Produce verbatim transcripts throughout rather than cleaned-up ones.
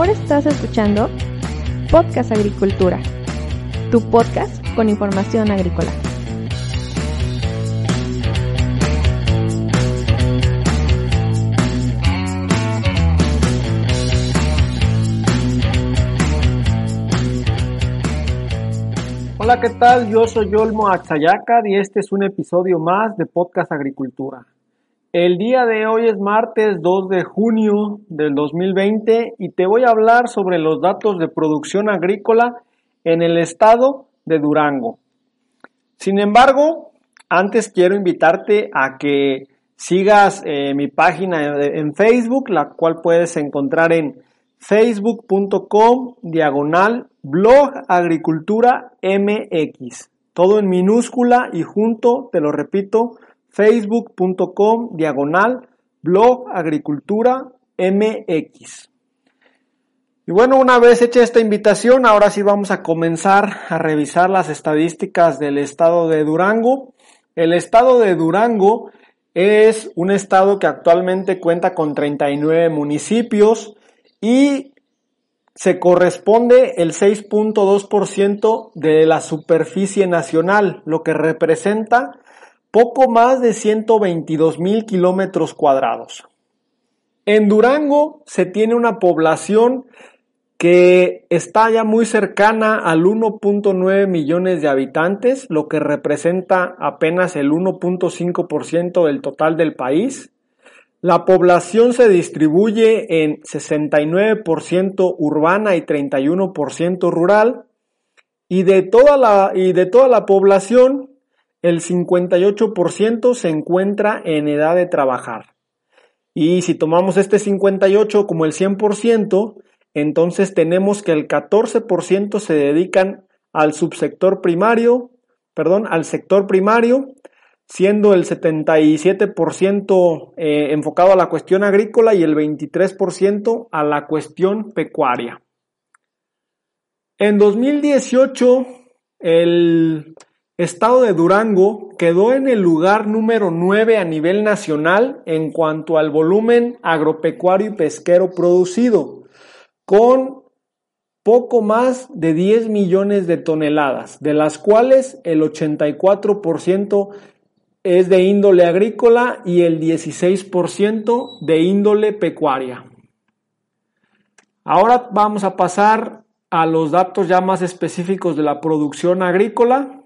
Ahora estás escuchando Podcast Agricultura, tu podcast con información agrícola. Hola, ¿qué tal? Yo soy Olmo Axayácar y este es un episodio más de Podcast Agricultura. El día de hoy es martes dos de junio del dos mil veinte y te voy a hablar sobre los datos de producción agrícola en el estado de Durango. Sin embargo, antes quiero invitarte a que sigas eh, mi página en Facebook, la cual puedes encontrar en facebook.com diagonal blog agricultura mx, todo en minúscula y junto, te lo repito, facebook.com diagonal blog agricultura mx. Y bueno, una vez hecha esta invitación, ahora sí vamos a comenzar a revisar las estadísticas del estado de Durango. El estado de Durango es un estado que actualmente cuenta con treinta y nueve municipios y se corresponde el seis punto dos por ciento de la superficie nacional, lo que representa poco más de ciento veintidós mil kilómetros cuadrados. En Durango se tiene una población que está ya muy cercana al uno punto nueve millones de habitantes, lo que representa apenas el uno punto cinco por ciento del total del país. La población se distribuye en sesenta y nueve por ciento urbana y treinta y uno por ciento rural, y de toda la, y de toda la población, el cincuenta y ocho por ciento se encuentra en edad de trabajar. Y si tomamos este cincuenta y ocho como el cien por ciento, entonces tenemos que el catorce por ciento se dedican al subsector primario, perdón, al sector primario, siendo el setenta y siete por ciento eh, enfocado a la cuestión agrícola y el veintitrés por ciento a la cuestión pecuaria. En dos mil dieciocho, el estado de Durango quedó en el lugar número nueve a nivel nacional en cuanto al volumen agropecuario y pesquero producido, con poco más de diez millones de toneladas, de las cuales el ochenta y cuatro por ciento es de índole agrícola y el dieciséis por ciento de índole pecuaria. Ahora vamos a pasar a los datos ya más específicos de la producción agrícola.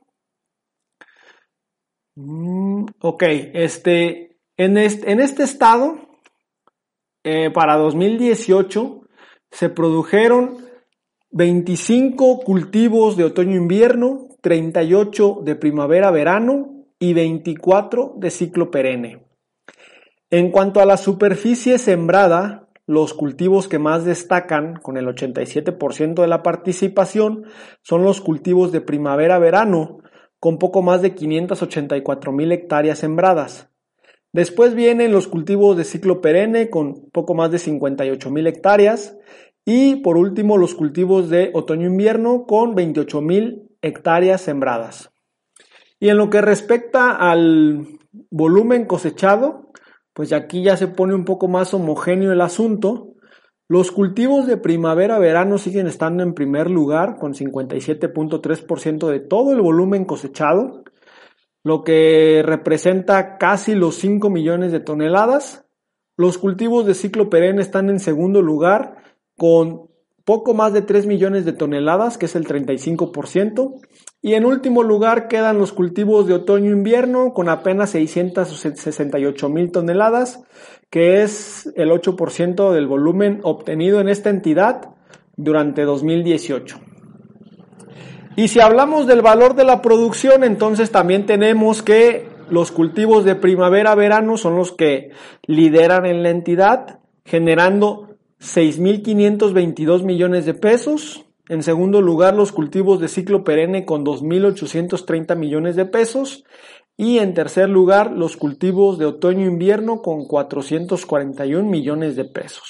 Mm, ok, este, en, este, en este estado, eh, para dos mil dieciocho, se produjeron veinticinco cultivos de otoño-invierno, treinta y ocho de primavera-verano, y veinticuatro de ciclo perenne. En cuanto a la superficie sembrada, los cultivos que más destacan, con el ochenta y siete por ciento de la participación, son los cultivos de primavera-verano, con poco más de quinientas ochenta y cuatro mil hectáreas sembradas. Después vienen los cultivos de ciclo perenne, con poco más de cincuenta y ocho mil hectáreas, y por último los cultivos de otoño-invierno, con veintiocho mil hectáreas sembradas. Y en lo que respecta al volumen cosechado, pues aquí ya se pone un poco más homogéneo el asunto. Los cultivos de primavera-verano siguen estando en primer lugar con cincuenta y siete punto tres por ciento de todo el volumen cosechado, lo que representa casi los cinco millones de toneladas. Los cultivos de ciclo perenne están en segundo lugar con poco más de tres millones de toneladas, que es el treinta y cinco por ciento. Y en último lugar quedan los cultivos de otoño-invierno con apenas seiscientas sesenta y ocho mil toneladas, que es el ocho por ciento del volumen obtenido en esta entidad durante dos mil dieciocho. Y si hablamos del valor de la producción, entonces también tenemos que los cultivos de primavera-verano son los que lideran en la entidad, generando seis mil quinientos veintidós millones de pesos. En segundo lugar, los cultivos de ciclo perenne con dos mil ochocientos treinta millones de pesos. Y en tercer lugar, los cultivos de otoño-invierno con cuatrocientos cuarenta y un millones de pesos.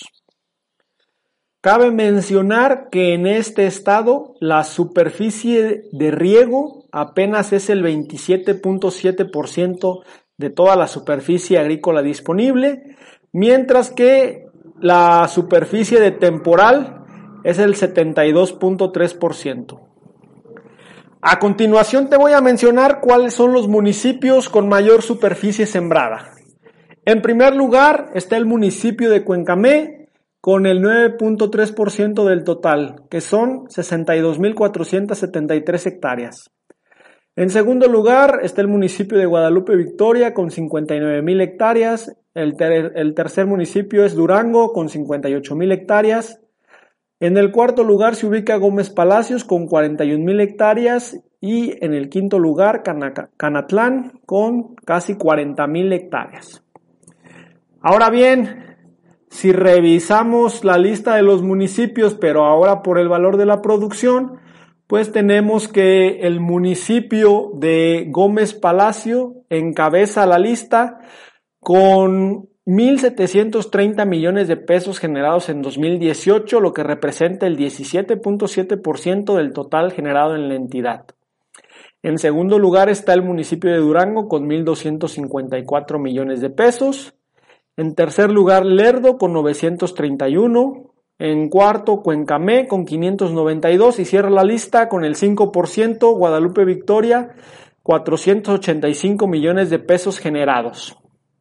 Cabe mencionar que en este estado la superficie de riego apenas es el veintisiete punto siete por ciento de toda la superficie agrícola disponible, mientras que la superficie de temporal es el setenta y dos punto tres por ciento. A continuación te voy a mencionar cuáles son los municipios con mayor superficie sembrada. En primer lugar está el municipio de Cuencamé con el nueve punto tres por ciento del total, que son sesenta y dos mil cuatrocientas setenta y tres hectáreas. En segundo lugar está el municipio de Guadalupe Victoria con cincuenta y nueve mil hectáreas. El, ter- el tercer municipio es Durango con cincuenta y ocho mil hectáreas. En el cuarto lugar se ubica Gómez Palacios con cuarenta y un mil hectáreas y en el quinto lugar Cana- Canatlán con casi cuarenta mil hectáreas. Ahora bien, si revisamos la lista de los municipios, pero ahora por el valor de la producción, pues tenemos que el municipio de Gómez Palacio encabeza la lista con mil setecientos treinta millones de pesos generados en dos mil dieciocho, lo que representa el diecisiete punto siete por ciento del total generado en la entidad. En segundo lugar está el municipio de Durango con mil doscientos cincuenta y cuatro millones de pesos. En tercer lugar, Lerdo con novecientos treinta y uno. En cuarto, Cuencamé con quinientos noventa y dos y cierra la lista con el cinco por ciento, Guadalupe Victoria, cuatrocientos ochenta y cinco millones de pesos generados.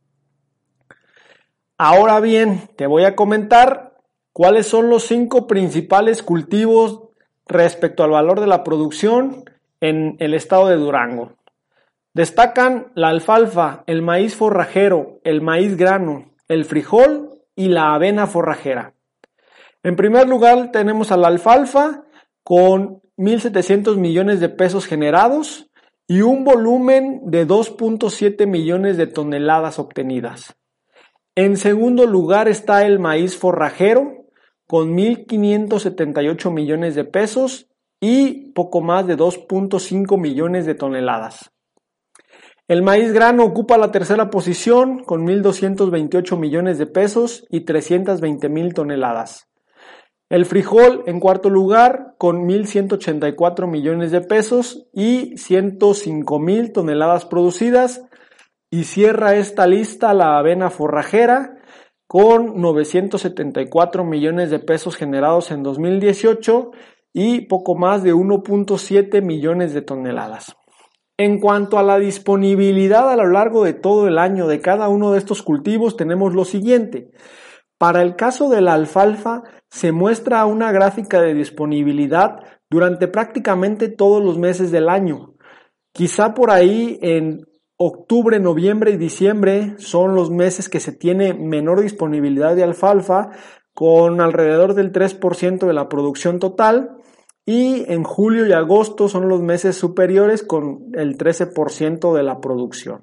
Ahora bien, te voy a comentar cuáles son los cinco principales cultivos respecto al valor de la producción en el estado de Durango. Destacan la alfalfa, el maíz forrajero, el maíz grano, el frijol y la avena forrajera. En primer lugar tenemos a la alfalfa con mil setecientos millones de pesos generados y un volumen de dos punto siete millones de toneladas obtenidas. En segundo lugar está el maíz forrajero con mil quinientos setenta y ocho millones de pesos y poco más de dos punto cinco millones de toneladas. El maíz grano ocupa la tercera posición con mil doscientos veintiocho millones de pesos y trescientas veinte mil toneladas. El frijol en cuarto lugar con mil ciento ochenta y cuatro millones de pesos y ciento cinco mil toneladas producidas. Y cierra esta lista la avena forrajera con novecientos setenta y cuatro millones de pesos generados en dos mil dieciocho y poco más de uno punto siete millones de toneladas. En cuanto a la disponibilidad a lo largo de todo el año de cada uno de estos cultivos, tenemos lo siguiente. Para el caso de la alfalfa, se muestra una gráfica de disponibilidad durante prácticamente todos los meses del año. Quizá por ahí en octubre, noviembre y diciembre son los meses que se tiene menor disponibilidad de alfalfa, con alrededor del tres por ciento de la producción total, y en julio y agosto son los meses superiores con el trece por ciento de la producción.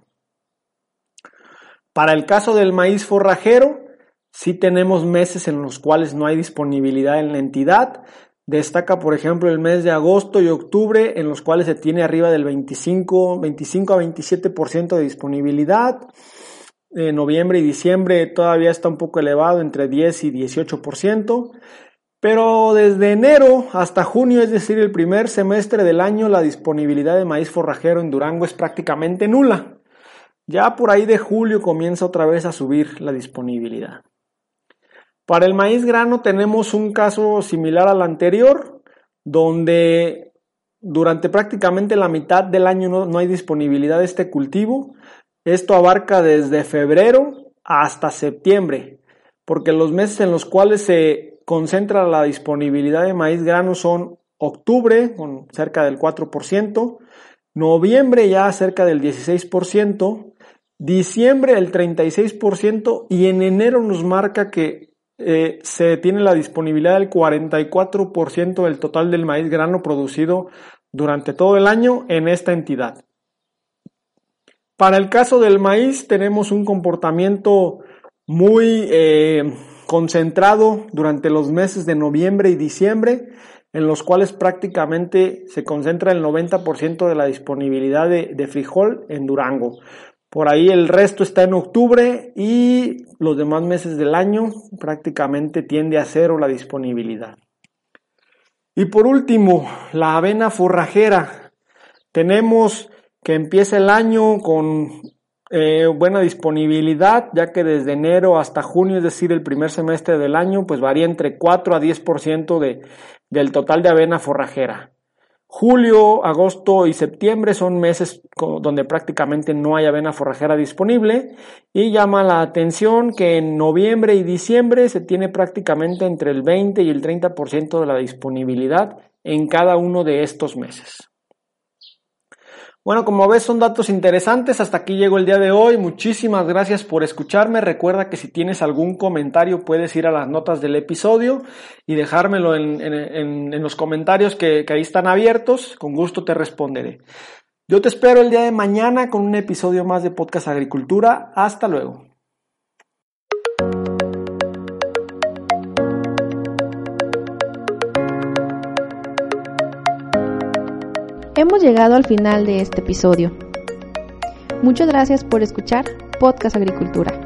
Para el caso del maíz forrajero, sí tenemos meses en los cuales no hay disponibilidad en la entidad. Destaca, por ejemplo, el mes de agosto y octubre, en los cuales se tiene arriba del veinticinco, veinticinco a veintisiete por ciento de disponibilidad. En noviembre y diciembre todavía está un poco elevado, entre diez y dieciocho por ciento. Pero desde enero hasta junio, es decir, el primer semestre del año, la disponibilidad de maíz forrajero en Durango es prácticamente nula. Ya por ahí de julio comienza otra vez a subir la disponibilidad. Para el maíz grano tenemos un caso similar al anterior, donde durante prácticamente la mitad del año no, no hay disponibilidad de este cultivo. Esto abarca desde febrero hasta septiembre, porque los meses en los cuales se concentra la disponibilidad de maíz grano son octubre, con cerca del cuatro por ciento, noviembre ya cerca del dieciséis por ciento, diciembre el treinta y seis por ciento y en enero nos marca que Eh, se tiene la disponibilidad del cuarenta y cuatro por ciento del total del maíz grano producido durante todo el año en esta entidad. Para el caso del maíz tenemos un comportamiento muy eh, concentrado durante los meses de noviembre y diciembre, en los cuales prácticamente se concentra el noventa por ciento de la disponibilidad de, de frijol en Durango. Por ahí el resto está en octubre y los demás meses del año prácticamente tiende a cero la disponibilidad. Y por último, la avena forrajera. Tenemos que empieza el año con eh, buena disponibilidad, ya que desde enero hasta junio, es decir, el primer semestre del año, pues varía entre cuatro a diez por ciento de, del total de avena forrajera. Julio, agosto y septiembre son meses donde prácticamente no hay avena forrajera disponible, y llama la atención que en noviembre y diciembre se tiene prácticamente entre el veinte y el treinta por ciento de la disponibilidad en cada uno de estos meses. Bueno, como ves, son datos interesantes. Hasta aquí llegó el día de hoy. Muchísimas gracias por escucharme. Recuerda que si tienes algún comentario puedes ir a las notas del episodio y dejármelo en, en, en los comentarios que, que ahí están abiertos. Con gusto te responderé. Yo te espero el día de mañana con un episodio más de Podcast Agricultura. Hasta luego. Hemos llegado al final de este episodio. Muchas gracias por escuchar Podcast Agricultura.